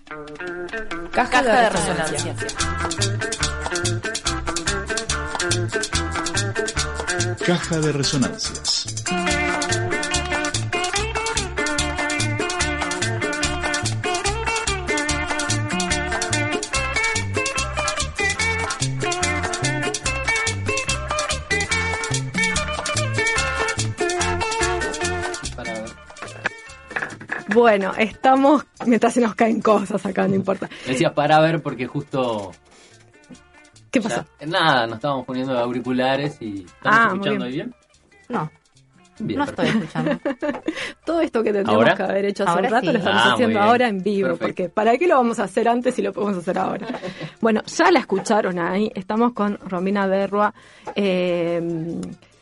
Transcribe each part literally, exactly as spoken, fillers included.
Caja, Caja de, de resonancia. Caja de resonancias. Bueno, estamos, mientras se nos caen cosas acá, no importa. Decías para ver porque justo... ¿Qué pasó? Ya, nada, nos estábamos poniendo auriculares y... ¿Estamos Ah, escuchando muy ahí bien? No, Bien, no perfecto. estoy escuchando. Todo esto que tendríamos ¿Ahora? que haber hecho hace Ahora un rato sí. lo estamos Ah, muy haciendo bien. ahora en vivo, Perfecto. porque ¿para qué lo vamos a hacer antes si lo podemos hacer ahora? Bueno, ya la escucharon ahí, estamos con Romina Berrua, eh,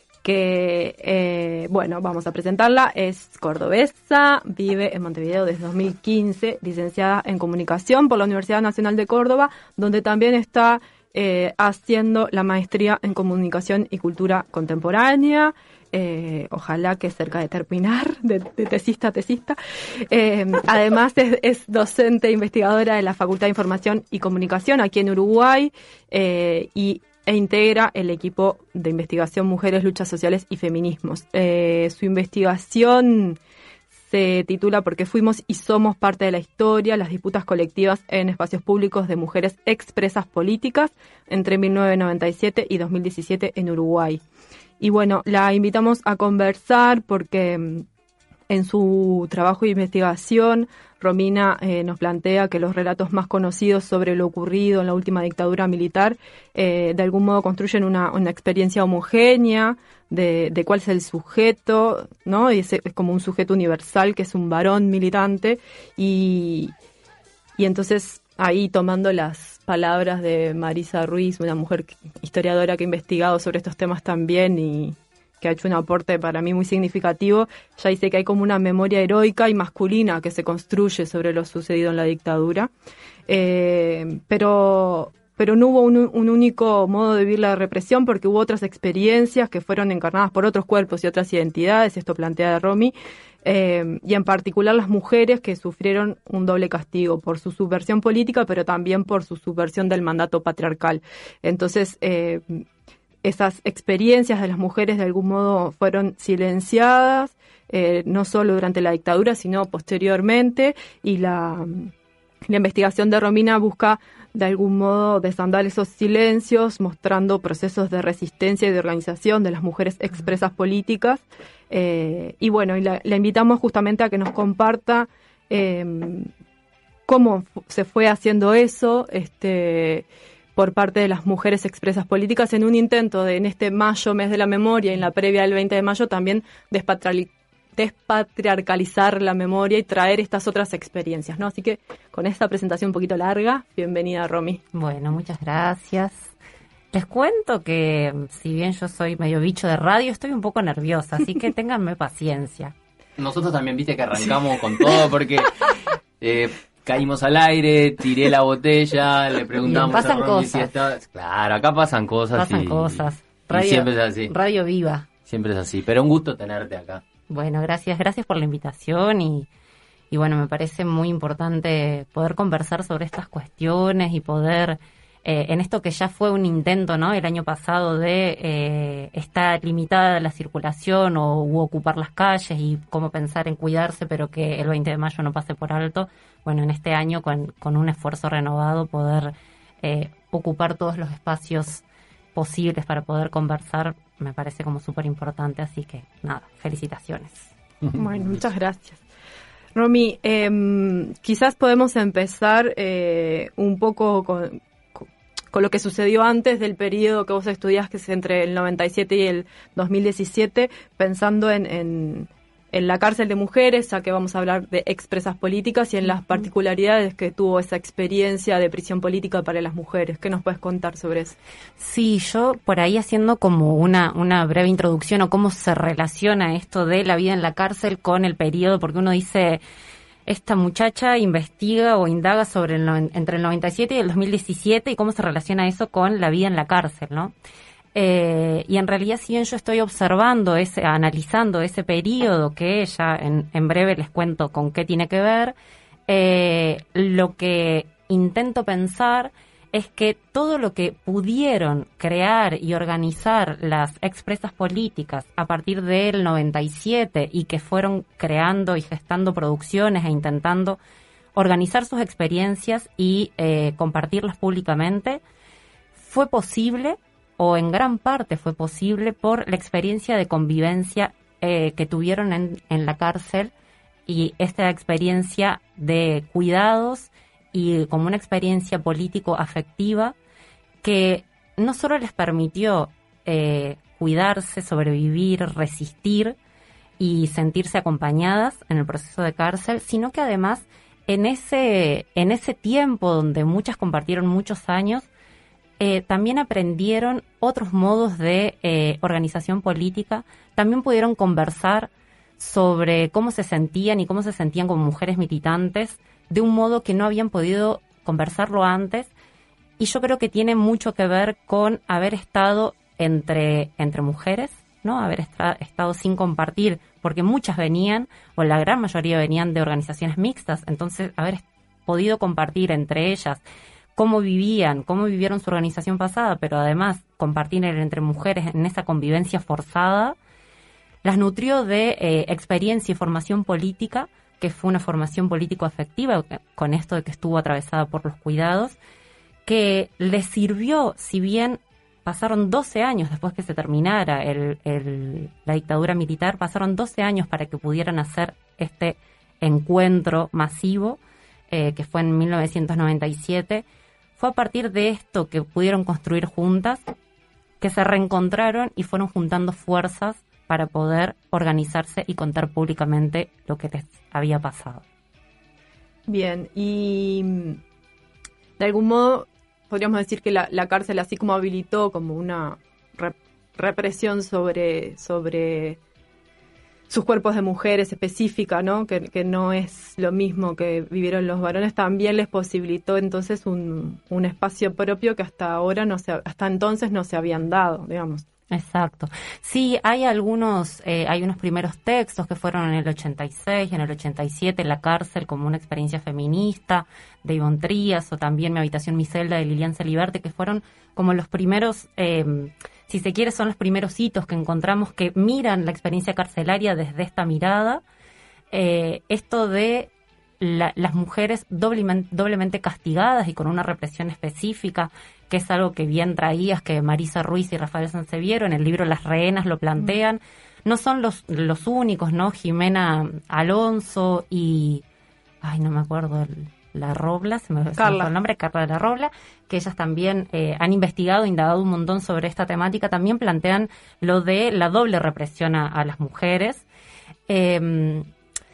que, eh, bueno, vamos a presentarla, es cordobesa, vive en Montevideo desde dos mil quince, licenciada en Comunicación por la Universidad Nacional de Córdoba, donde también está eh, haciendo la maestría en Comunicación y Cultura Contemporánea, eh, ojalá que cerca de terminar, de, de tesista a tesista. Eh, además es, es docente e investigadora de la Facultad de Información y Comunicación aquí en Uruguay, eh, y e integra el equipo de investigación Mujeres, Luchas Sociales y Feminismos. Eh, su investigación se titula Porque fuimos y somos parte de la historia, las disputas colectivas en espacios públicos de mujeres expresas políticas entre mil novecientos noventa y siete y dos mil diecisiete en Uruguay. Y bueno, la invitamos a conversar porque en su trabajo de investigación, Romina eh, nos plantea que los relatos más conocidos sobre lo ocurrido en la última dictadura militar eh, de algún modo construyen una, una experiencia homogénea de, de cuál es el sujeto, ¿no? Y es, es como un sujeto universal que es un varón militante y, y entonces ahí tomando las palabras de Marisa Ruiz, una mujer historiadora que ha investigado sobre estos temas también y que ha hecho un aporte para mí muy significativo, ya dice que hay como una memoria heroica y masculina que se construye sobre lo sucedido en la dictadura, eh, pero, pero no hubo un, un único modo de vivir la represión porque hubo otras experiencias que fueron encarnadas por otros cuerpos y otras identidades, esto plantea Romy, eh, y en particular las mujeres que sufrieron un doble castigo por su subversión política, pero también por su subversión del mandato patriarcal. Entonces, eh, esas experiencias de las mujeres de algún modo fueron silenciadas, eh, no solo durante la dictadura, sino posteriormente, y la, la investigación de Romina busca de algún modo desandar esos silencios, mostrando procesos de resistencia y de organización de las mujeres expresas políticas. Eh, y bueno, y la, la invitamos justamente a que nos comparta eh, cómo se fue haciendo eso, este... por parte de las mujeres expresas políticas en un intento de, en este mayo, mes de la memoria, y en la previa del veinte de mayo, también despatrial, despatriarcalizar la memoria y traer estas otras experiencias, ¿no? Así que con esta presentación un poquito larga, bienvenida, Romy. Bueno, muchas gracias. Les cuento que, si bien yo soy medio bicho de radio, estoy un poco nerviosa, así que ténganme paciencia. Nosotros también, viste, que arrancamos con todo porque... Eh, caímos al aire, tiré la botella, le preguntamos Bien, pasan a Romy cosas. si estaba... Claro, acá pasan cosas. Pasan y, cosas. y Radio, siempre es así. Radio viva. Siempre es así. Pero un gusto tenerte acá. Bueno, gracias. Gracias por la invitación y, y bueno, me parece muy importante poder conversar sobre estas cuestiones y poder, eh, en esto que ya fue un intento, ¿no? El año pasado de eh, estar limitada la circulación o u ocupar las calles y cómo pensar en cuidarse, pero que el veinte de mayo no pase por alto. Bueno, en este año con, con un esfuerzo renovado poder eh, ocupar todos los espacios posibles para poder conversar me parece como súper importante, así que nada, felicitaciones. Bueno, muchas gracias. Romy, eh, quizás podemos empezar eh, un poco con, con lo que sucedió antes del periodo que vos estudiás, que es entre el noventa y siete y el dos mil diecisiete, pensando en... en en la cárcel de mujeres, ya que vamos a hablar de expresas políticas, y en las particularidades que tuvo esa experiencia de prisión política para las mujeres. ¿Qué nos puedes contar sobre eso? Sí, yo por ahí haciendo como una, una breve introducción o cómo se relaciona esto de la vida en la cárcel con el periodo, porque uno dice, esta muchacha investiga o indaga sobre el, entre el noventa y siete y el dos mil diecisiete y cómo se relaciona eso con la vida en la cárcel, ¿no? Eh, y en realidad, si bien yo estoy observando, ese, analizando ese periodo, que ya en, en breve les cuento con qué tiene que ver, eh, lo que intento pensar es que todo lo que pudieron crear y organizar las expresas políticas a partir del noventa y siete y que fueron creando y gestando producciones e intentando organizar sus experiencias y eh, compartirlas públicamente, fue posible, o en gran parte fue posible, por la experiencia de convivencia eh, que tuvieron en, en la cárcel, y esta experiencia de cuidados y como una experiencia político-afectiva que no solo les permitió eh, cuidarse, sobrevivir, resistir y sentirse acompañadas en el proceso de cárcel, sino que además en ese, en ese tiempo donde muchas compartieron muchos años, eh, también aprendieron otros modos de eh, organización política, también pudieron conversar sobre cómo se sentían y cómo se sentían como mujeres militantes de un modo que no habían podido conversarlo antes, y yo creo que tiene mucho que ver con haber estado entre, entre mujeres, ¿no? Haber esta, estado sin compartir, porque muchas venían, o la gran mayoría venían de organizaciones mixtas, entonces haber podido compartir entre ellas cómo vivían, cómo vivieron su organización pasada, pero además compartir entre mujeres en esa convivencia forzada, las nutrió de eh, experiencia y formación política, que fue una formación político-afectiva, con esto de que estuvo atravesada por los cuidados, que les sirvió, si bien pasaron doce años después que se terminara el, el, la dictadura militar, pasaron doce años para que pudieran hacer este encuentro masivo, eh, que fue en mil novecientos noventa y siete. Fue a partir de esto que pudieron construir juntas, que se reencontraron y fueron juntando fuerzas para poder organizarse y contar públicamente lo que les había pasado. Bien, y de algún modo podríamos decir que la, la cárcel así como habilitó como una rep- represión sobre, sobre sus cuerpos de mujeres específica, ¿no? Que, que no es lo mismo que vivieron los varones, también les posibilitó entonces un, un espacio propio que hasta ahora no se, hasta entonces no se habían dado, digamos. Exacto. Sí, hay algunos, eh, hay unos primeros textos que fueron en el ochenta y seis, en el ochenta y siete, en la cárcel, como una experiencia feminista, de Ivonne Trías, o también Mi habitación, mi celda, de Lilian Celiberte, que fueron como los primeros, eh, si se quiere, son los primeros hitos que encontramos que miran la experiencia carcelaria desde esta mirada. Eh, esto de la, las mujeres doblemente, doblemente castigadas y con una represión específica, que es algo que bien traías, que Marisa Ruiz y Rafael Sanseviero en el libro Las Rehenas lo plantean. No son los, los únicos, ¿no? Jimena Alonso y... Ay, no me acuerdo, el, La Robla, se me, se me fue el nombre, Carla de la Robla, que ellas también eh, han investigado, indagado un montón sobre esta temática, también plantean lo de la doble represión a, a las mujeres. Eh,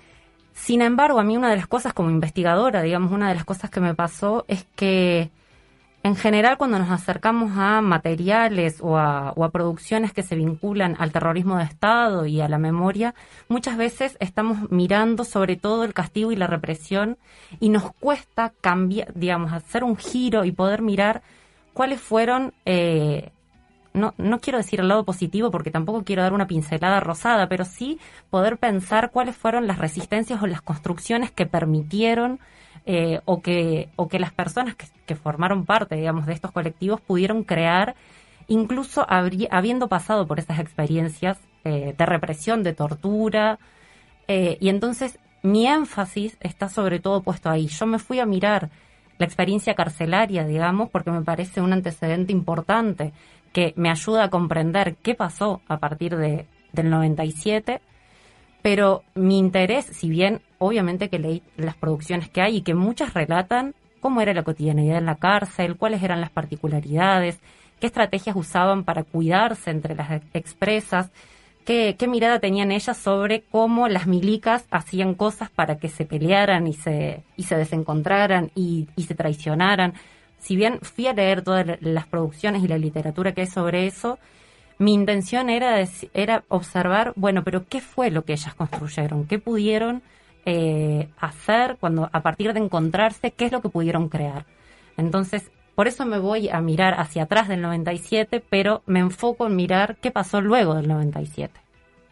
sin embargo, a mí una de las cosas como investigadora, digamos, una de las cosas que me pasó es que en general, cuando nos acercamos a materiales o a, o a producciones que se vinculan al terrorismo de Estado y a la memoria, muchas veces estamos mirando sobre todo el castigo y la represión, y nos cuesta cambiar, digamos, hacer un giro y poder mirar cuáles fueron, eh, no, no quiero decir el lado positivo porque tampoco quiero dar una pincelada rosada, pero sí poder pensar cuáles fueron las resistencias o las construcciones que permitieron Eh, o que o que las personas que, que formaron parte, digamos, de estos colectivos pudieron crear, incluso habrí, habiendo pasado por esas experiencias eh, de represión, de tortura, eh, y entonces mi énfasis está sobre todo puesto ahí. Yo me fui a mirar la experiencia carcelaria, digamos, porque me parece un antecedente importante que me ayuda a comprender qué pasó a partir de, del noventa y siete, pero mi interés, si bien obviamente que leí las producciones que hay y que muchas relatan cómo era la cotidianidad en la cárcel, cuáles eran las particularidades, qué estrategias usaban para cuidarse entre las expresas, qué, qué mirada tenían ellas sobre cómo las milicas hacían cosas para que se pelearan y se, y se desencontraran y, y se traicionaran. Si bien fui a leer todas las producciones y la literatura que hay sobre eso, mi intención era, era observar, bueno, pero ¿qué fue lo que ellas construyeron? ¿Qué pudieron eh, hacer cuando, a partir de encontrarse, qué es lo que pudieron crear? Entonces, por eso me voy a mirar hacia atrás del noventa y siete, pero me enfoco en mirar qué pasó luego del noventa y siete.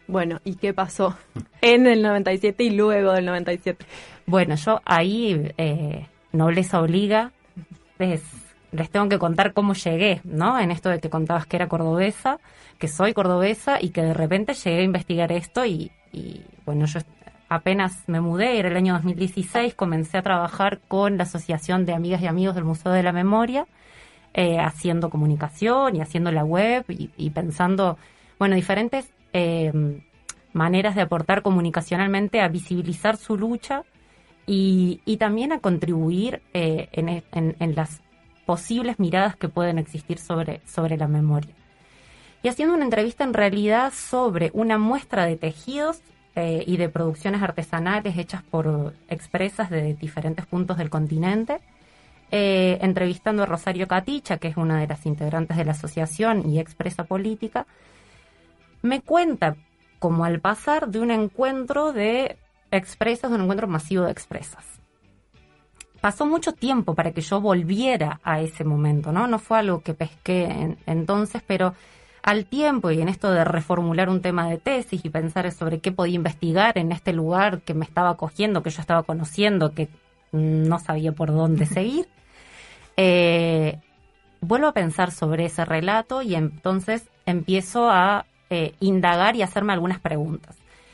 Bueno, ¿y qué pasó en el noventa y siete y luego del noventa y siete? Bueno, yo ahí, eh, nobleza obliga, les, les tengo que contar cómo llegué, ¿no? En esto de que contabas que era cordobesa, que soy cordobesa y que de repente llegué a investigar esto y, y bueno, yo apenas me mudé, era el año dos mil dieciséis, comencé a trabajar con la Asociación de Amigas y Amigos del Museo de la Memoria, eh, haciendo comunicación y haciendo la web y, y pensando, bueno, diferentes eh, maneras de aportar comunicacionalmente a visibilizar su lucha y, y también a contribuir eh, en, en, en las posibles miradas que pueden existir sobre, sobre la memoria. Y haciendo una entrevista en realidad sobre una muestra de tejidos eh, y de producciones artesanales hechas por expresas de diferentes puntos del continente, eh, entrevistando a Rosario Caticha, que es una de las integrantes de la asociación y expresa política, me cuenta como al pasar de un encuentro de expresas, de un encuentro masivo de expresas. Pasó mucho tiempo para que yo volviera a ese momento, ¿no? No fue algo que pesqué en, entonces, pero al tiempo y en esto de reformular un tema de tesis y pensar sobre qué podía investigar en este lugar que me estaba acogiendo, que yo estaba conociendo, que no sabía por dónde seguir, eh, vuelvo a pensar sobre ese relato y entonces empiezo a eh, indagar y hacerme algunas preguntas.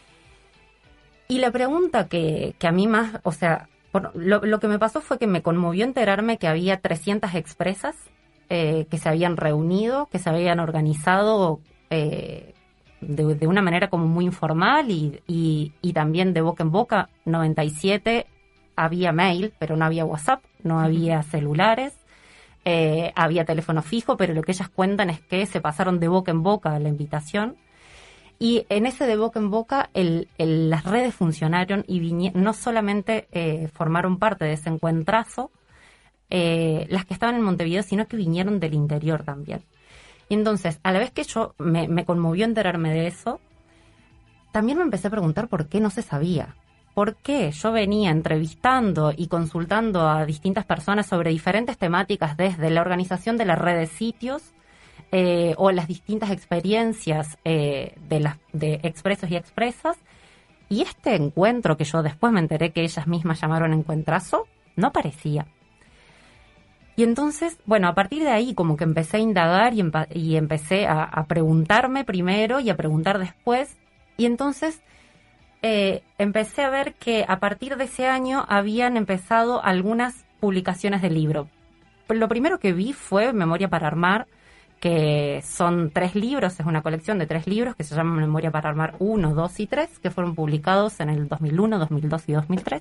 Y la pregunta que, que a mí más, o sea, por, lo, lo que me pasó fue que me conmovió enterarme que había trescientas expresas eh, que se habían reunido, que se habían organizado eh, de, de una manera como muy informal y, y, y también de boca en boca. noventa y siete había mail, pero no había WhatsApp, no había celulares, eh, había teléfono fijo, pero lo que ellas cuentan es que se pasaron de boca en boca la invitación. Y en ese de boca en boca el, el, las redes funcionaron y vinie, no solamente eh, formaron parte de ese encuentrazo eh, las que estaban en Montevideo, sino que vinieron del interior también. Y entonces, a la vez que yo me, me conmovió enterarme de eso, también me empecé a preguntar por qué no se sabía. ¿Por qué yo venía entrevistando y consultando a distintas personas sobre diferentes temáticas desde la organización de la red de sitios Eh, o las distintas experiencias eh, de, las, de expresos y expresas, y este encuentro que yo después me enteré que ellas mismas llamaron encuentrazo, no aparecía? Y entonces, bueno, a partir de ahí como que empecé a indagar y, empa- y empecé a, a preguntarme primero y a preguntar después, y entonces eh, empecé a ver que a partir de ese año habían empezado algunas publicaciones de libro. Lo primero que vi fue Memoria para Armar, que son tres libros, es una colección de tres libros que se llama Memoria para Armar uno, dos y tres, que fueron publicados en el dos mil uno, dos mil dos y dos mil tres.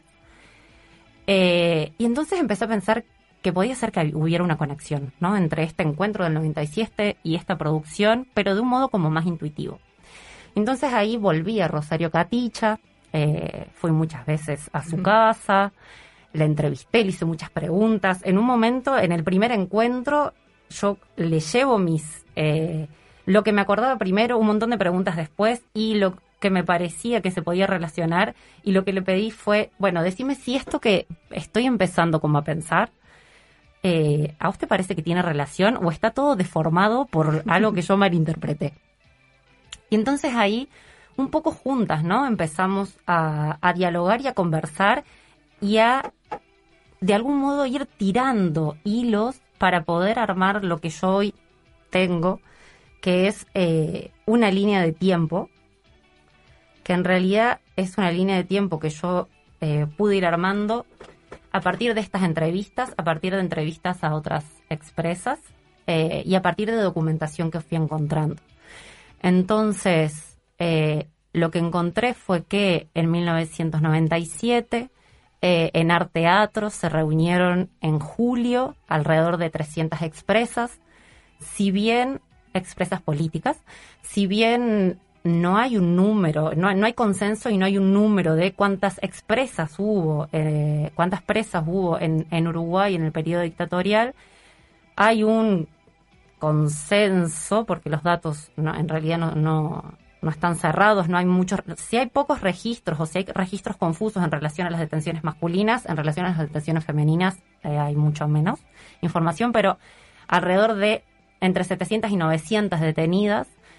Eh, y entonces empecé a pensar que podía ser que hubiera una conexión, ¿no?, entre este encuentro del noventa y siete y esta producción, pero de un modo como más intuitivo. Entonces ahí volví a Rosario Caticha, eh, fui muchas veces a su casa, la entrevisté, le hice muchas preguntas. En un momento, en el primer encuentro, yo le llevo mis eh, lo que me acordaba primero, un montón de preguntas después y lo que me parecía que se podía relacionar, y lo que le pedí fue, bueno, decime si esto que estoy empezando como a pensar, eh, ¿a usted parece que tiene relación o está todo deformado por algo que yo malinterpreté? Y entonces ahí, un poco juntas, ¿no?, empezamos a, a dialogar y a conversar y a, de algún modo, ir tirando hilos para poder armar lo que yo hoy tengo, que es eh, una línea de tiempo, que en realidad es una línea de tiempo que yo eh, pude ir armando a partir de estas entrevistas, a partir de entrevistas a otras expresas eh, y a partir de documentación que fui encontrando. Entonces, eh, lo que encontré fue que en mil novecientos noventa y siete... Eh, en Arteatro se reunieron en julio alrededor de trescientas expresas, si bien expresas políticas, si bien no hay un número, no, no hay consenso y no hay un número de cuántas expresas hubo, eh, cuántas presas hubo en, en Uruguay en el periodo dictatorial, hay un consenso, porque los datos no, en realidad no... no no están cerrados, no hay muchos, si hay pocos registros o si hay registros confusos en relación a las detenciones masculinas, en relación a las detenciones femeninas eh, hay mucho menos información, pero alrededor de entre setecientas y novecientas detenidas,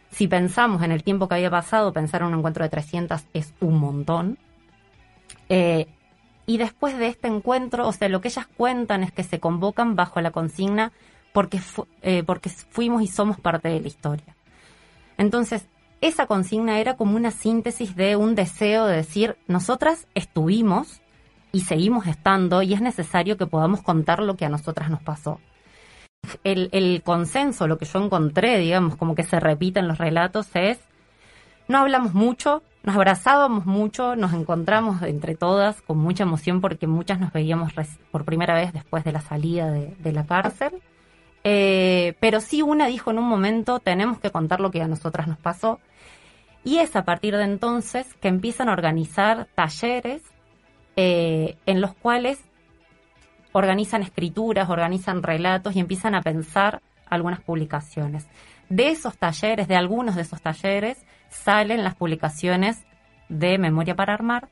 Si pensamos en el tiempo que había pasado, pensar en un encuentro de trescientas es un montón. Eh, y después de este encuentro, o sea, lo que ellas cuentan es que se convocan bajo la consigna porque, fu- eh, porque fuimos y somos parte de la historia. Entonces, esa consigna era como una síntesis de un deseo de decir, nosotras estuvimos y seguimos estando y es necesario que podamos contar lo que a nosotras nos pasó. El, el consenso, lo que yo encontré, digamos, como que se repite en los relatos es, no hablamos mucho, nos abrazábamos mucho, nos encontramos entre todas con mucha emoción porque muchas nos veíamos res- por primera vez después de la salida de, de la cárcel. Eh, pero sí una dijo en un momento, tenemos que contar lo que a nosotras nos pasó. Y es a partir de entonces que empiezan a organizar talleres eh, en los cuales organizan escrituras, organizan relatos y empiezan a pensar algunas publicaciones. De esos talleres, de algunos de esos talleres, salen las publicaciones de Memoria para Armar,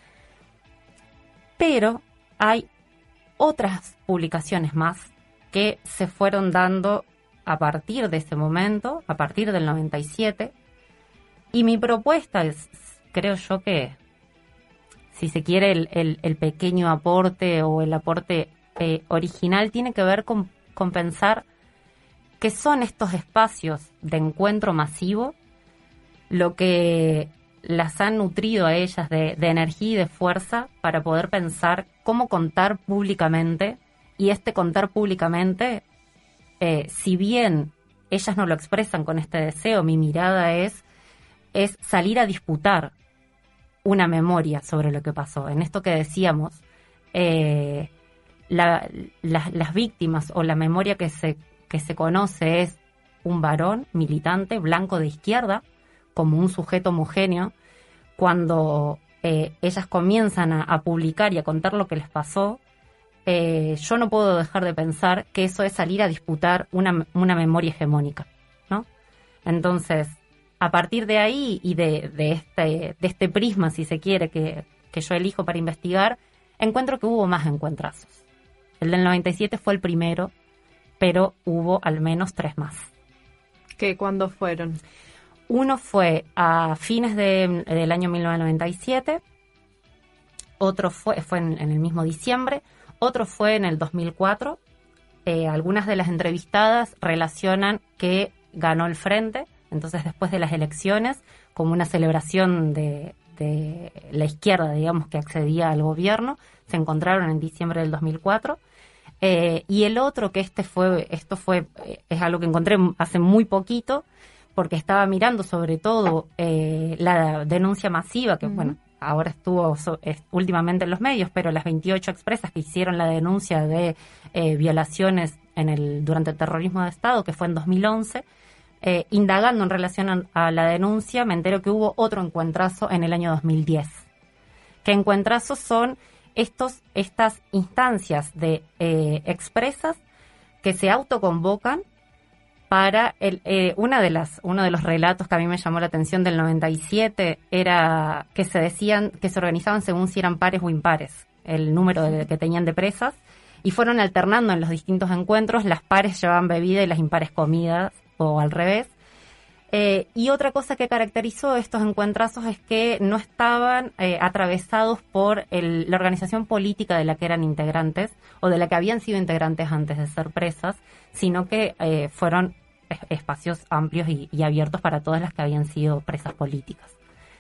pero hay otras publicaciones más que se fueron dando a partir de ese momento, a partir del noventa y siete, y mi propuesta es, creo yo que, si se quiere, el, el, el pequeño aporte o el aporte eh, original tiene que ver con, con pensar que son estos espacios de encuentro masivo lo que las han nutrido a ellas de, de energía y de fuerza para poder pensar cómo contar públicamente. Y este contar públicamente, eh, si bien ellas no lo expresan con este deseo, mi mirada es, es salir a disputar una memoria sobre lo que pasó. En esto que decíamos, eh, la, la, las víctimas o la memoria que se, que se conoce es un varón militante blanco de izquierda, como un sujeto homogéneo. Cuando eh, ellas comienzan a, a publicar y a contar lo que les pasó, eh, yo no puedo dejar de pensar que eso es salir a disputar una, una memoria hegemónica, ¿no? Entonces, a partir de ahí y de, de, este, de este prisma, si se quiere, que, que yo elijo para investigar, encuentro que hubo más encuentrazos. El del noventa y siete fue el primero, pero hubo al menos tres más. ¿Qué? ¿Cuándo fueron? Uno fue a fines de, del año mil novecientos noventa y siete, otro fue, fue en, en el mismo diciembre, otro fue en el dos mil cuatro. Eh, algunas de las entrevistadas relacionan que ganó el Frente, entonces después de las elecciones, como una celebración de, de la izquierda, digamos, que accedía al gobierno, se encontraron en diciembre del dos mil cuatro. Eh, y el otro, que este fue, esto fue, es algo que encontré hace muy poquito, porque estaba mirando sobre todo eh, la denuncia masiva, que uh-huh. bueno, ahora estuvo so, es, últimamente en los medios, pero las veintiocho expresas que hicieron la denuncia de eh, violaciones en el durante el terrorismo de Estado, que fue en dos mil once, eh, indagando en relación a, a la denuncia, me entero que hubo otro encuentrazo en el año dos mil diez. ¿Qué encuentrazos son estos estas instancias de eh, expresas que se autoconvocan para el, eh, una de las uno de los relatos que a mí me llamó la atención del noventa y siete era que se decían que se organizaban según si eran pares o impares el número de, que tenían de presas, y fueron alternando en los distintos encuentros, las pares llevaban bebida y las impares comidas o al revés. Eh, y otra cosa que caracterizó estos encuentrazos es que no estaban eh, atravesados por el, la organización política de la que eran integrantes o de la que habían sido integrantes antes de ser presas, sino que eh, fueron espacios amplios y, y abiertos para todas las que habían sido presas políticas.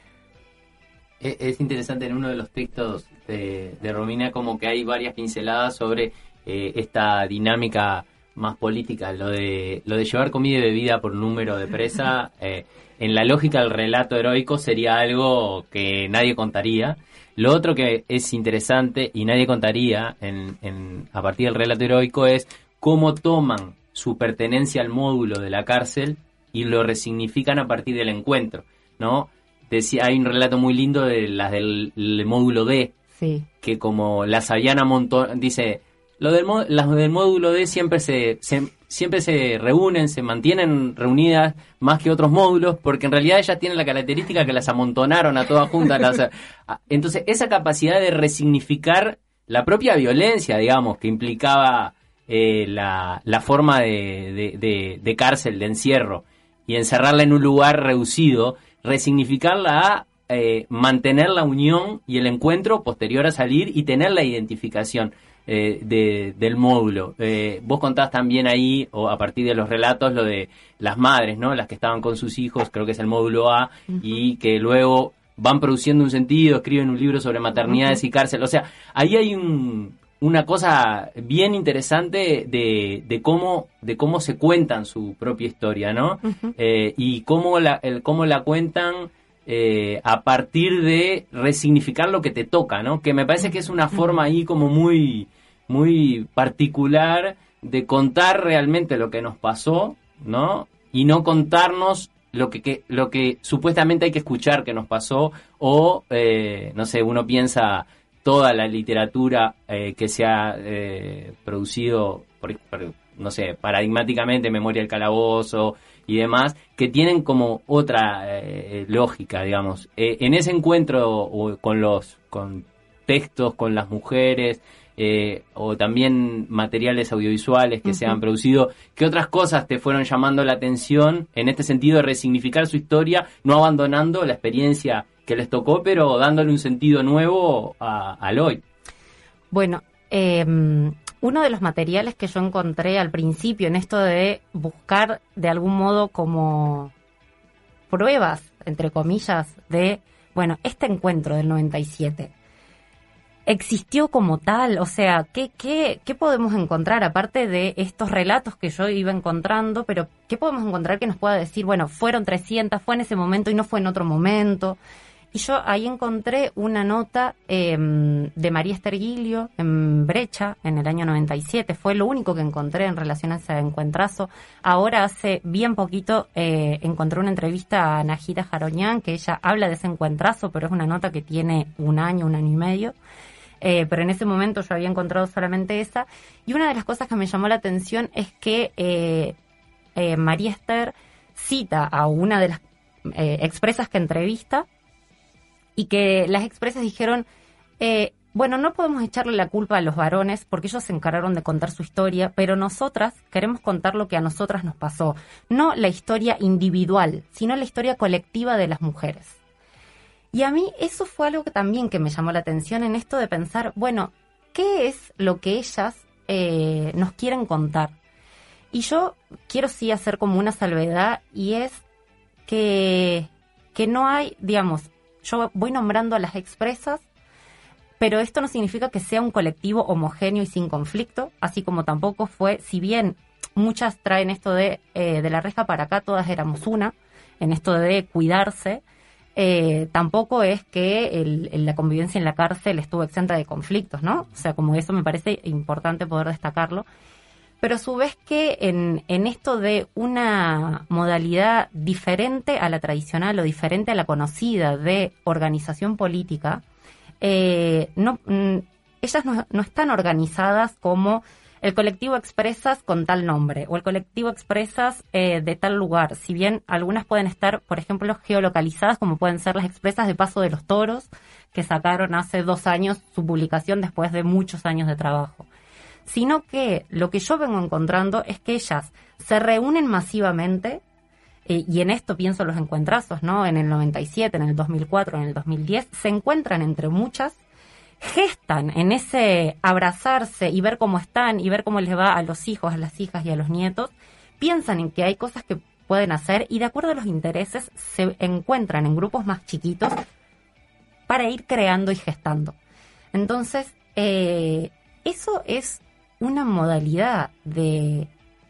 Es, es interesante en uno de los textos de, de Romina como que hay varias pinceladas sobre eh, esta dinámica más política, lo de lo de llevar comida y bebida por número de presa. Eh, en la lógica del relato heroico sería algo que nadie contaría. Lo otro que es interesante y nadie contaría en, en, a partir del relato heroico es cómo toman su pertenencia al módulo de la cárcel y lo resignifican a partir del encuentro, ¿no? Decía, hay un relato muy lindo de las del, del módulo D, sí, que como las habían amontonado, dice, lo del, las del módulo D siempre se, se siempre se reúnen, se mantienen reunidas más que otros módulos, porque en realidad ellas tienen la característica que las amontonaron a todas juntas. Las, a, entonces, esa capacidad de resignificar la propia violencia, digamos, que implicaba eh, la, la forma de, de, de, de cárcel, de encierro, y encerrarla en un lugar reducido, resignificarla a eh, mantener la unión y el encuentro posterior a salir y tener la identificación eh, de, del módulo. Eh, vos contabas también ahí, o a partir de los relatos, lo de las madres, ¿no? Las que estaban con sus hijos, creo que es el módulo A, uh-huh. y que luego van produciendo un sentido, escriben un libro sobre maternidades uh-huh. y cárcel. O sea, ahí hay un, una cosa bien interesante de, de cómo de cómo se cuentan su propia historia, ¿no? Uh-huh. Eh, y cómo la, el, cómo la cuentan eh, a partir de resignificar lo que te toca, ¿no? Que me parece que es una forma ahí como muy, muy particular de contar realmente lo que nos pasó, ¿no? Y no contarnos lo que, que lo que supuestamente hay que escuchar que nos pasó, o eh, no sé, uno piensa toda la literatura eh, que se ha eh, producido por, por, no sé, paradigmáticamente, Memoria del Calabozo y demás, que tienen como otra eh, lógica, digamos. Eh, en ese encuentro o, con los con textos, con las mujeres, Eh, o también materiales audiovisuales que uh-huh. se han producido, ¿qué otras cosas te fueron llamando la atención en este sentido de resignificar su historia, no abandonando la experiencia que les tocó, pero dándole un sentido nuevo a, al hoy? Bueno, eh, uno de los materiales que yo encontré al principio en esto de buscar de algún modo como pruebas, entre comillas, de, bueno, este encuentro del noventa y siete, ¿existió como tal? O sea, ¿qué, qué, qué podemos encontrar aparte de estos relatos que yo iba encontrando? Pero ¿qué podemos encontrar que nos pueda decir, bueno, fueron trescientas, fue en ese momento y no fue en otro momento? Y yo ahí encontré una nota eh, de María Esterguilio en Brecha en el año noventa y siete. Fue lo único que encontré en relación a ese encuentrazo. Ahora, hace bien poquito, eh, encontré una entrevista a Najira Jaroñán, que ella habla de ese encuentrazo, pero es una nota que tiene un año, un año y medio. Eh, pero en ese momento yo había encontrado solamente esa, y una de las cosas que me llamó la atención es que eh, eh, María Esther cita a una de las eh, expresas que entrevista, y que las expresas dijeron, eh, bueno, no podemos echarle la culpa a los varones porque ellos se encargaron de contar su historia, pero nosotras queremos contar lo que a nosotras nos pasó, no la historia individual, sino la historia colectiva de las mujeres. Y a mí eso fue algo que también que me llamó la atención en esto de pensar, bueno, ¿qué es lo que ellas eh, nos quieren contar? Y yo quiero sí hacer como una salvedad, y es que, que no hay, digamos, yo voy nombrando a las expresas, pero esto no significa que sea un colectivo homogéneo y sin conflicto, así como tampoco fue, si bien muchas traen esto de, eh, de la reja para acá, todas éramos una, en esto de cuidarse. Eh, tampoco es que el, el, la convivencia en la cárcel estuvo exenta de conflictos, ¿no? O sea, como eso me parece importante poder destacarlo. Pero a su vez que en, en esto de una modalidad diferente a la tradicional o diferente a la conocida de organización política, eh, no, mm, ellas no, no están organizadas como el colectivo Expresas con tal nombre, o el colectivo Expresas eh, de tal lugar. Si bien algunas pueden estar, por ejemplo, geolocalizadas, como pueden ser las Expresas de Paso de los Toros, que sacaron hace dos años su publicación después de muchos años de trabajo. Sino que lo que yo vengo encontrando es que ellas se reúnen masivamente, eh, y en esto pienso los encuentrazos, ¿no? En el noventa y siete, en el dos mil cuatro, en el dos mil diez, se encuentran entre muchas, gestan en ese abrazarse y ver cómo están y ver cómo les va a los hijos, a las hijas y a los nietos, piensan en que hay cosas que pueden hacer y de acuerdo a los intereses se encuentran en grupos más chiquitos para ir creando y gestando. Entonces, eh, eso es una modalidad de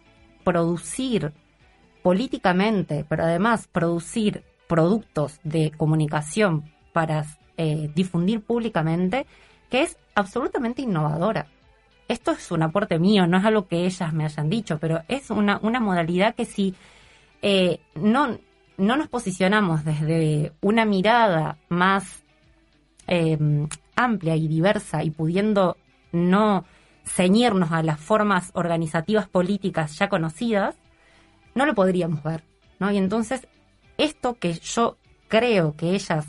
producir políticamente, pero además producir productos de comunicación para Eh, difundir públicamente, que es absolutamente innovadora. Esto es un aporte mío, no es algo que ellas me hayan dicho, pero es una, una modalidad que si eh, no, no nos posicionamos desde una mirada más eh, amplia y diversa y pudiendo no ceñirnos a las formas organizativas políticas ya conocidas, no lo podríamos ver, ¿no? Y entonces, esto que yo creo que ellas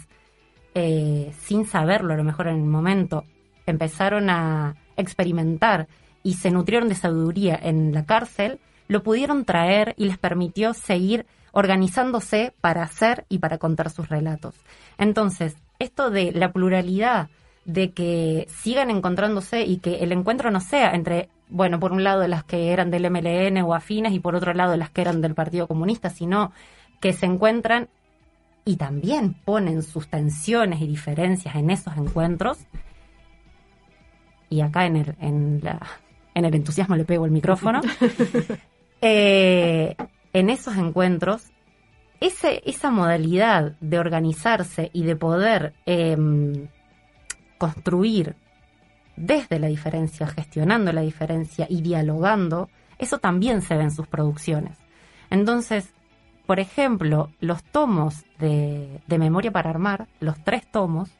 Eh, sin saberlo, a lo mejor en el momento, empezaron a experimentar y se nutrieron de sabiduría en la cárcel, lo pudieron traer y les permitió seguir organizándose para hacer y para contar sus relatos. Entonces, esto de la pluralidad, de que sigan encontrándose y que el encuentro no sea entre, bueno, por un lado las que eran del M L N o afines y por otro lado las que eran del Partido Comunista, sino que se encuentran y también ponen sus tensiones y diferencias en esos encuentros. Y acá en el, en la, en el entusiasmo le pego el micrófono. eh, en esos encuentros, ese, esa modalidad de organizarse y de poder eh, construir desde la diferencia, gestionando la diferencia y dialogando, eso también se ve en sus producciones. Entonces, por ejemplo, los tomos de, de Memoria para Armar, los tres tomos,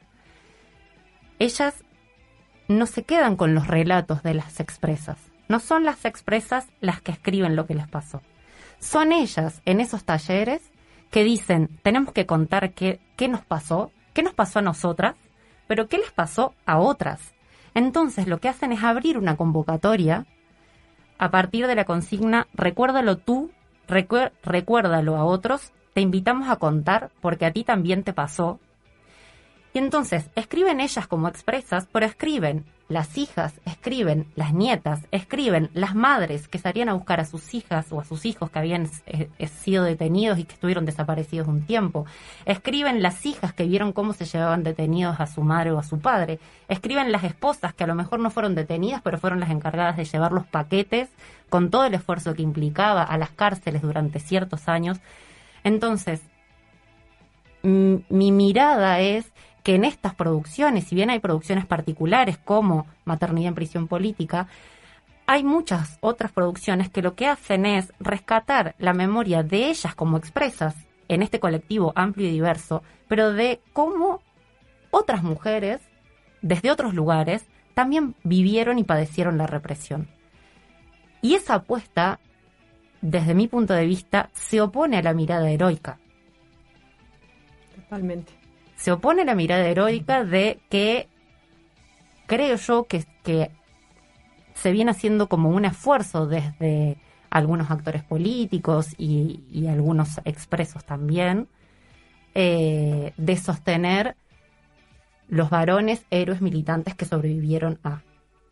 ellas no se quedan con los relatos de las expresas. No son las expresas las que escriben lo que les pasó. Son ellas en esos talleres que dicen, tenemos que contar qué, qué nos pasó, qué nos pasó a nosotras, pero qué les pasó a otras. Entonces lo que hacen es abrir una convocatoria a partir de la consigna, recuérdalo tú, recuer- recuérdalo a otros, te invitamos a contar porque a ti también te pasó. Y entonces escriben ellas como expresas, pero escriben las hijas, escriben las nietas, escriben las madres que salían a buscar a sus hijas o a sus hijos que habían eh, sido detenidos y que estuvieron desaparecidos un tiempo. Escriben las hijas que vieron cómo se llevaban detenidos a su madre o a su padre. Escriben las esposas que a lo mejor no fueron detenidas, pero fueron las encargadas de llevar los paquetes con todo el esfuerzo que implicaba a las cárceles durante ciertos años. Entonces, m- mi mirada es que en estas producciones, si bien hay producciones particulares como Maternidad en Prisión Política, hay muchas otras producciones que lo que hacen es rescatar la memoria de ellas como expresas en este colectivo amplio y diverso, pero de cómo otras mujeres, desde otros lugares, también vivieron y padecieron la represión. Y esa apuesta, desde mi punto de vista, se opone a la mirada heroica. Totalmente. Se opone a la mirada heroica de que creo yo que, que se viene haciendo como un esfuerzo desde algunos actores políticos y, y algunos expresos también, eh, de sostener los varones héroes militantes que sobrevivieron a.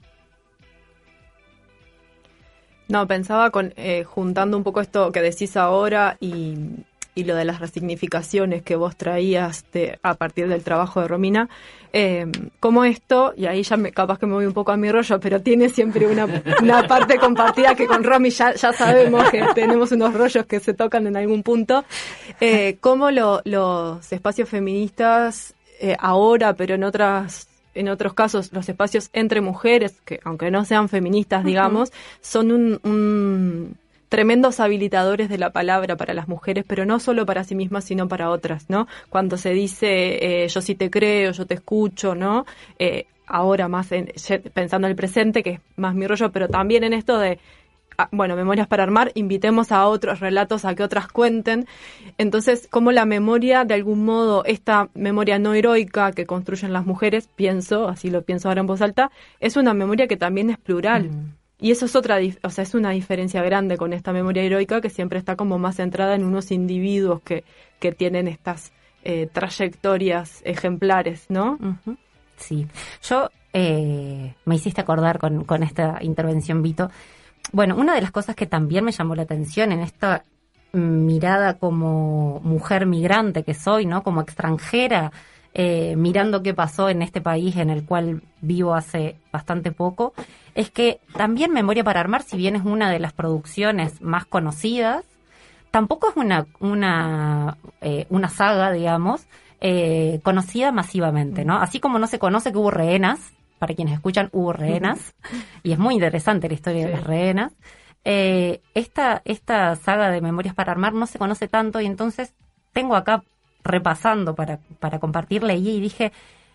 No, pensaba con eh, juntando un poco esto que decís ahora y... y lo de las resignificaciones que vos traías de, a partir del trabajo de Romina, eh, como esto, y ahí ya me, capaz que me voy un poco a mi rollo, pero tiene siempre una, una parte compartida que con Romy ya, ya sabemos que tenemos unos rollos que se tocan en algún punto, eh, cómo lo, los espacios feministas eh, ahora, pero en otras en otros casos, los espacios entre mujeres, que aunque no sean feministas, digamos, uh-huh. son un... un tremendos habilitadores de la palabra para las mujeres, pero no solo para sí mismas, sino para otras, ¿no? Cuando se dice, eh, yo sí te creo, yo te escucho, ¿no? Eh, ahora más en, pensando en el presente, que es más mi rollo, pero también en esto de, ah, bueno, Memorias para Armar, invitemos a otros relatos a que otras cuenten. Entonces, como la memoria, de algún modo, esta memoria no heroica que construyen las mujeres, pienso, así lo pienso ahora en voz alta, es una memoria que también es plural. Mm. Y eso es otra, o sea, es una diferencia grande con esta memoria heroica que siempre está como más centrada en unos individuos que, que tienen estas eh, trayectorias ejemplares, ¿no? Uh-huh. Sí. Yo, eh, me hiciste acordar con, con esta intervención, Vito. Bueno, una de las cosas que también me llamó la atención en esta mirada como mujer migrante que soy, ¿no? Como extranjera, Eh, mirando qué pasó en este país en el cual vivo hace bastante poco, es que también Memoria para Armar, si bien es una de las producciones más conocidas, tampoco es una una eh, una saga, digamos, eh, conocida masivamente, ¿no? Así como no se conoce que hubo rehenas, para quienes escuchan, hubo rehenas, y es muy interesante la historia sí. de las rehenas, eh, esta, esta saga de Memorias para Armar no se conoce tanto, y entonces tengo acá repasando para, para compartir, leí y dije,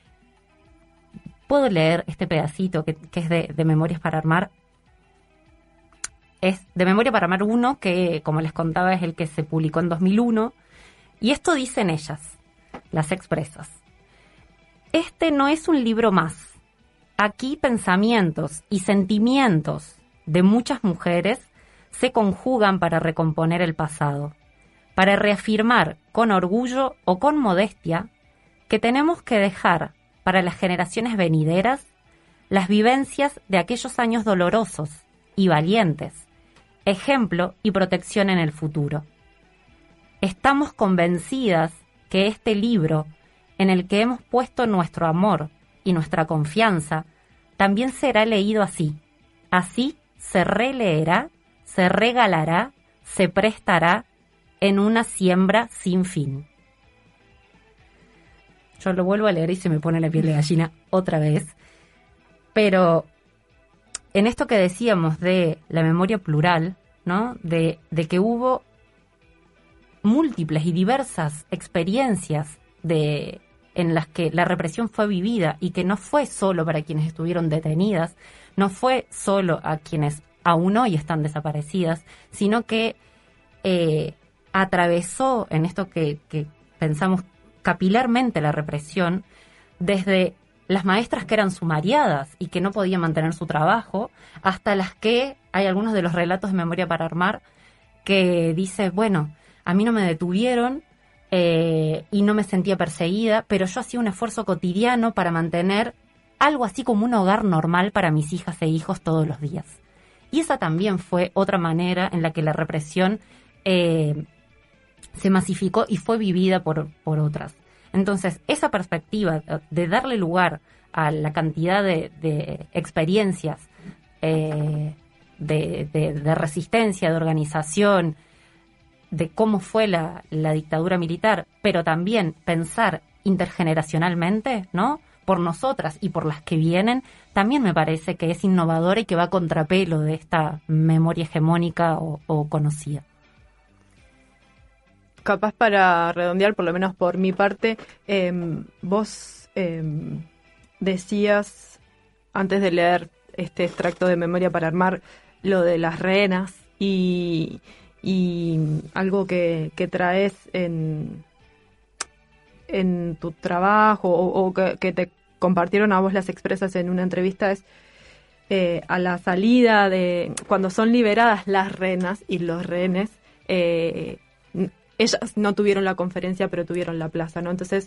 ¿puedo leer este pedacito que, que es de, de Memorias para Armar? Es de Memoria para Armar uno, que como les contaba es el que se publicó en dos mil uno, y esto dicen ellas, las expresas. Este no es un libro más. Aquí pensamientos y sentimientos de muchas mujeres se conjugan para recomponer el pasado. para reafirmar con orgullo o con modestia que tenemos que dejar para las generaciones venideras las vivencias de aquellos años dolorosos y valientes, ejemplo y protección en el futuro. Estamos convencidas que este libro, en el que hemos puesto nuestro amor y nuestra confianza, también será leído así. Así se releerá, se regalará, se prestará en una siembra sin fin. Yo lo vuelvo a leer y se me pone la piel de gallina otra vez. Pero en esto que decíamos de la memoria plural, ¿no? De, de que hubo múltiples y diversas experiencias de, en las que la represión fue vivida y que no fue solo para quienes estuvieron detenidas, no fue solo a quienes aún hoy están desaparecidas, sino que eh, atravesó en esto que, que pensamos capilarmente la represión, desde las maestras que eran sumariadas y que no podían mantener su trabajo, hasta las que hay algunos de los relatos de Memoria para Armar que dice, bueno, a mí no me detuvieron eh, y no me sentía perseguida, pero yo hacía un esfuerzo cotidiano para mantener algo así como un hogar normal para mis hijas e hijos todos los días. Y esa también fue otra manera en la que la represión eh, se masificó y fue vivida por, por otras. Entonces, esa perspectiva de darle lugar a la cantidad de, de experiencias eh, de, de, de resistencia, de organización, de cómo fue la, la dictadura militar, pero también pensar intergeneracionalmente, ¿no?, por nosotras y por las que vienen, también me parece que es innovadora y que va a contrapelo de esta memoria hegemónica o, o conocida. Capaz para redondear, por lo menos por mi parte, eh, vos eh, decías, antes de leer este extracto de Memoria para Armar, lo de las rehenas y, y algo que, que traes en, en tu trabajo o, o que, que te compartieron a vos las expresas en una entrevista es eh, a la salida de, cuando son liberadas las rehenas y los rehenes, eh, ellas no tuvieron la conferencia, pero tuvieron la plaza, ¿no? Entonces,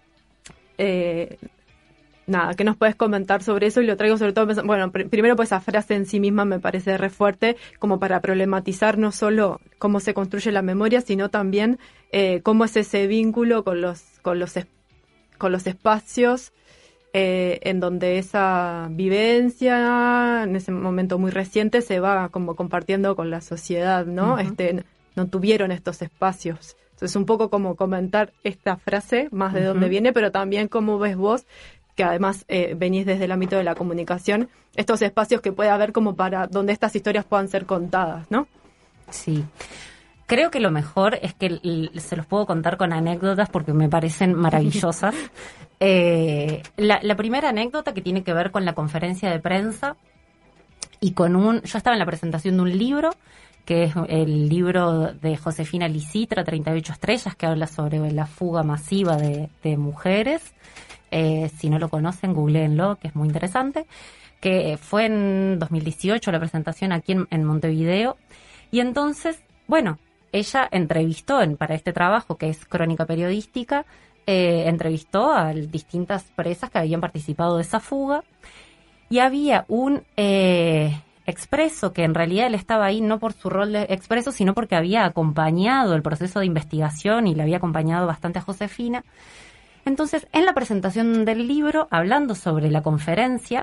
eh, nada, ¿qué nos puedes comentar sobre eso? Y lo traigo sobre todo, pensando, bueno, pr- primero pues esa frase en sí misma me parece re fuerte, como para problematizar no solo cómo se construye la memoria, sino también eh, cómo es ese vínculo con los, con los, es- con los espacios eh, en donde esa vivencia, en ese momento muy reciente, se va como compartiendo con la sociedad, ¿no? Uh-huh. Este... no tuvieron estos espacios. Entonces, un poco como comentar esta frase, más de uh-huh. dónde viene, pero también cómo ves vos, que además eh, venís desde el ámbito de la comunicación, estos espacios que puede haber como para donde estas historias puedan ser contadas, ¿no? Sí. Creo que lo mejor es que l- se los puedo contar con anécdotas porque me parecen maravillosas. eh, la, la primera anécdota que tiene que ver con la conferencia de prensa y con un... Yo estaba en la presentación de un libro que es el libro de Josefina Licitra, treinta y ocho estrellas, que habla sobre la fuga masiva de, de mujeres. Eh, si no lo conocen, googleenlo, que es muy interesante. Que fue en dos mil dieciocho la presentación aquí en, en Montevideo. Y entonces, bueno, ella entrevistó en, para este trabajo, que es crónica periodística, eh, entrevistó a distintas presas que habían participado de esa fuga. Y había un... Eh, expreso, que en realidad él estaba ahí no por su rol de expreso, sino porque había acompañado el proceso de investigación y le había acompañado bastante a Josefina. Entonces, en la presentación del libro, hablando sobre la conferencia,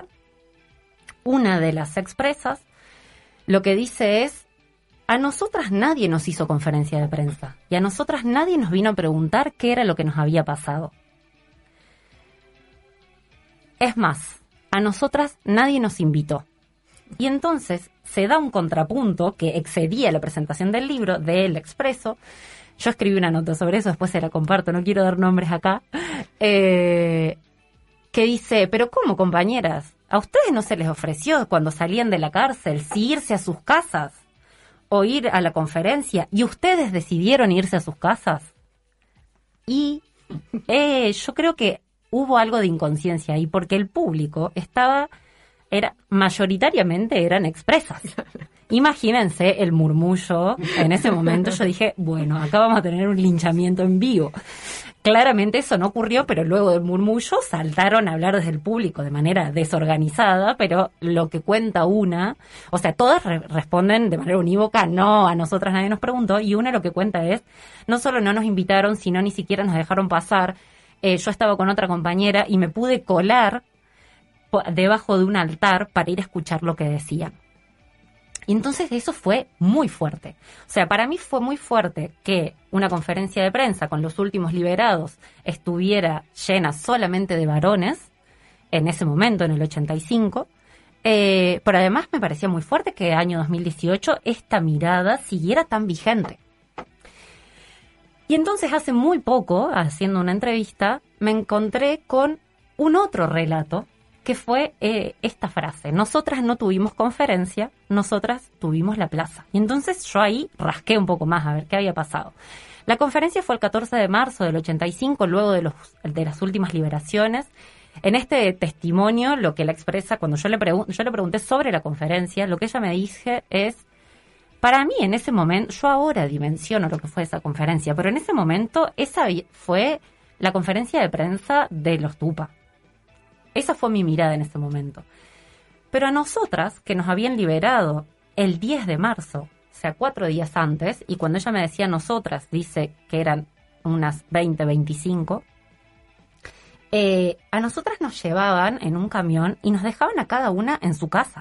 una de las expresas lo que dice es: a nosotras nadie nos hizo conferencia de prensa y a nosotras nadie nos vino a preguntar qué era lo que nos había pasado. Es más, a nosotras nadie nos invitó. Y entonces se da un contrapunto que excedía la presentación del libro, del expreso. Yo escribí una nota sobre eso, después se la comparto, no quiero dar nombres acá, eh, que dice: pero ¿cómo, compañeras? ¿A ustedes no se les ofreció cuando salían de la cárcel si irse a sus casas o ir a la conferencia y ustedes decidieron irse a sus casas? Y eh, yo creo que hubo algo de inconsciencia ahí, porque el público estaba... era mayoritariamente eran expresas Imagínense el murmullo en ese momento. Yo dije, bueno, acá vamos a tener un linchamiento en vivo. Claramente eso no ocurrió, pero luego del murmullo saltaron a hablar desde el público de manera desorganizada, pero lo que cuenta una, o sea, todas re- responden de manera unívoca, no, a nosotras nadie nos preguntó, y una lo que cuenta es, no solo no nos invitaron, sino ni siquiera nos dejaron pasar. Eh, yo estaba con otra compañera y me pude colar po- debajo de un altar para ir a escuchar lo que decían. Y entonces eso fue muy fuerte. O sea, para mí fue muy fuerte que una conferencia de prensa con los últimos liberados estuviera llena solamente de varones, en ese momento, en el ochenta y cinco. Eh, pero además me parecía muy fuerte que año dos mil dieciocho esta mirada siguiera tan vigente. Y entonces hace muy poco, haciendo una entrevista, me encontré con un otro relato que fue eh, esta frase: nosotras no tuvimos conferencia, nosotras tuvimos la plaza. Y entonces yo ahí rasqué un poco más a ver qué había pasado. La conferencia fue el catorce de marzo del ochenta y cinco, luego de, los, de las últimas liberaciones. En este testimonio, lo que la expresa, cuando yo le, pregun- yo le pregunté sobre la conferencia, lo que ella me dice es, para mí en ese momento, yo ahora dimensiono lo que fue esa conferencia, pero en ese momento esa fue la conferencia de prensa de los Tupa. Esa fue mi mirada en ese momento. Pero a nosotras, que nos habían liberado el diez de marzo, o sea, cuatro días antes, y cuando ella me decía nosotras, dice que eran unas veinte, veinticinco, eh, a nosotras nos llevaban en un camión y nos dejaban a cada una en su casa.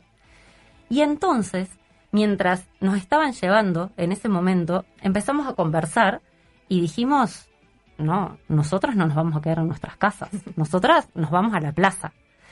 Y entonces, mientras nos estaban llevando en ese momento, empezamos a conversar y dijimos, no, nosotras no nos vamos a quedar en nuestras casas, nosotras nos vamos a la plaza.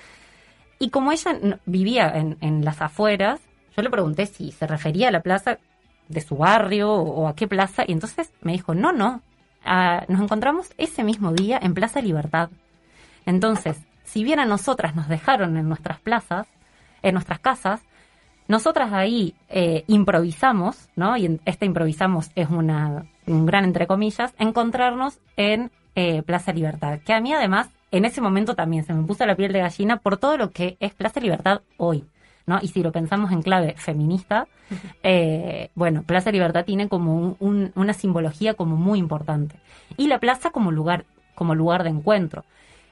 Y como ella vivía en, en las afueras, yo le pregunté si se refería a la plaza de su barrio o a qué plaza, y entonces me dijo, no, no, a, nos encontramos ese mismo día en Plaza Libertad. Entonces, si bien a nosotras nos dejaron en nuestras plazas, en nuestras casas, nosotras ahí eh, improvisamos, ¿no? Y en, este improvisamos es una, un gran entre comillas, encontrarnos en eh, Plaza Libertad, que a mí además en ese momento también se me puso la piel de gallina por todo lo que es Plaza Libertad hoy, ¿no? Y si lo pensamos en clave feminista, eh, bueno, Plaza Libertad tiene como un, un, una simbología como muy importante. Y la plaza como lugar, como lugar de encuentro.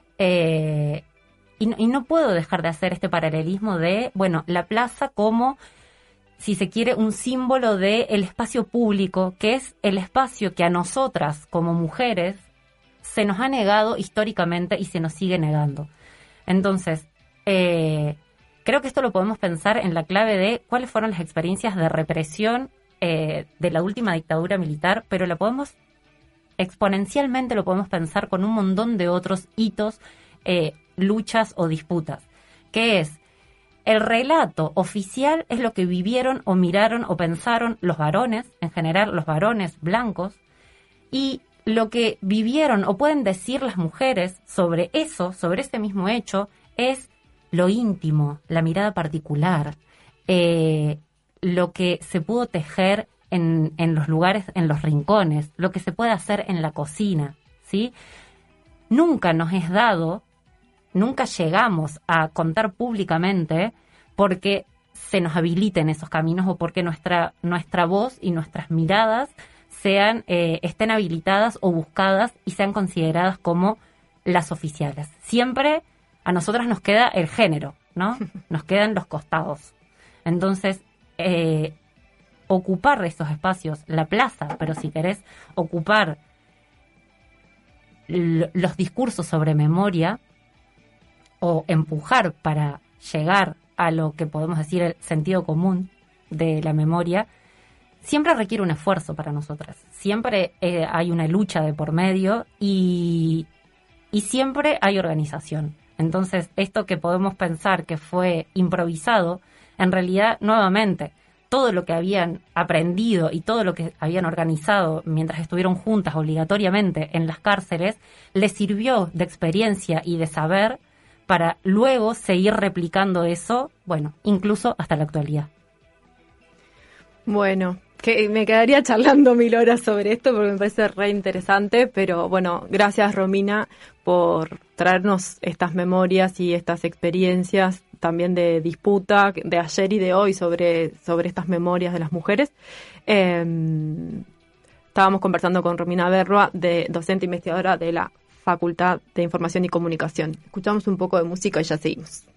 Eh, Y no, y no puedo dejar de hacer este paralelismo de, bueno, la plaza como, si se quiere, un símbolo del espacio público, que es el espacio que a nosotras como mujeres se nos ha negado históricamente y se nos sigue negando. Entonces, eh, creo que esto lo podemos pensar en la clave de cuáles fueron las experiencias de represión eh, de la última dictadura militar, pero la podemos, exponencialmente lo podemos pensar con un montón de otros hitos, eh, luchas o disputas, que es el relato oficial, es lo que vivieron o miraron o pensaron los varones, en general los varones blancos, y lo que vivieron o pueden decir las mujeres sobre eso, sobre ese mismo hecho, es lo íntimo, la mirada particular, eh, lo que se pudo tejer en, en los lugares, en los rincones, lo que se puede hacer en la cocina, ¿sí? Nunca nos es dado, nunca llegamos a contar públicamente porque se nos habiliten esos caminos o porque nuestra, nuestra voz y nuestras miradas sean, eh, estén habilitadas o buscadas y sean consideradas como las oficiales. Siempre a nosotras nos queda el género, ¿no? Nos quedan los costados. Entonces, eh, ocupar esos espacios, la plaza, pero si querés ocupar l- los discursos sobre memoria o empujar para llegar a lo que podemos decir el sentido común de la memoria, siempre requiere un esfuerzo para nosotras. Siempre eh, hay una lucha de por medio y, y siempre hay organización. Entonces, esto que podemos pensar que fue improvisado, en realidad, nuevamente, todo lo que habían aprendido y todo lo que habían organizado mientras estuvieron juntas obligatoriamente en las cárceles, les sirvió de experiencia y de saber para luego seguir replicando eso, bueno, incluso hasta la actualidad. Bueno, que me quedaría charlando mil horas sobre esto porque me parece re interesante, pero bueno, gracias Romina por traernos estas memorias y estas experiencias también de disputa de ayer y de hoy sobre, sobre estas memorias de las mujeres. Eh, estábamos conversando con Romina Berrua, de docente investigadora de la Facultad de Información y Comunicación. Escuchamos un poco de música y ya seguimos.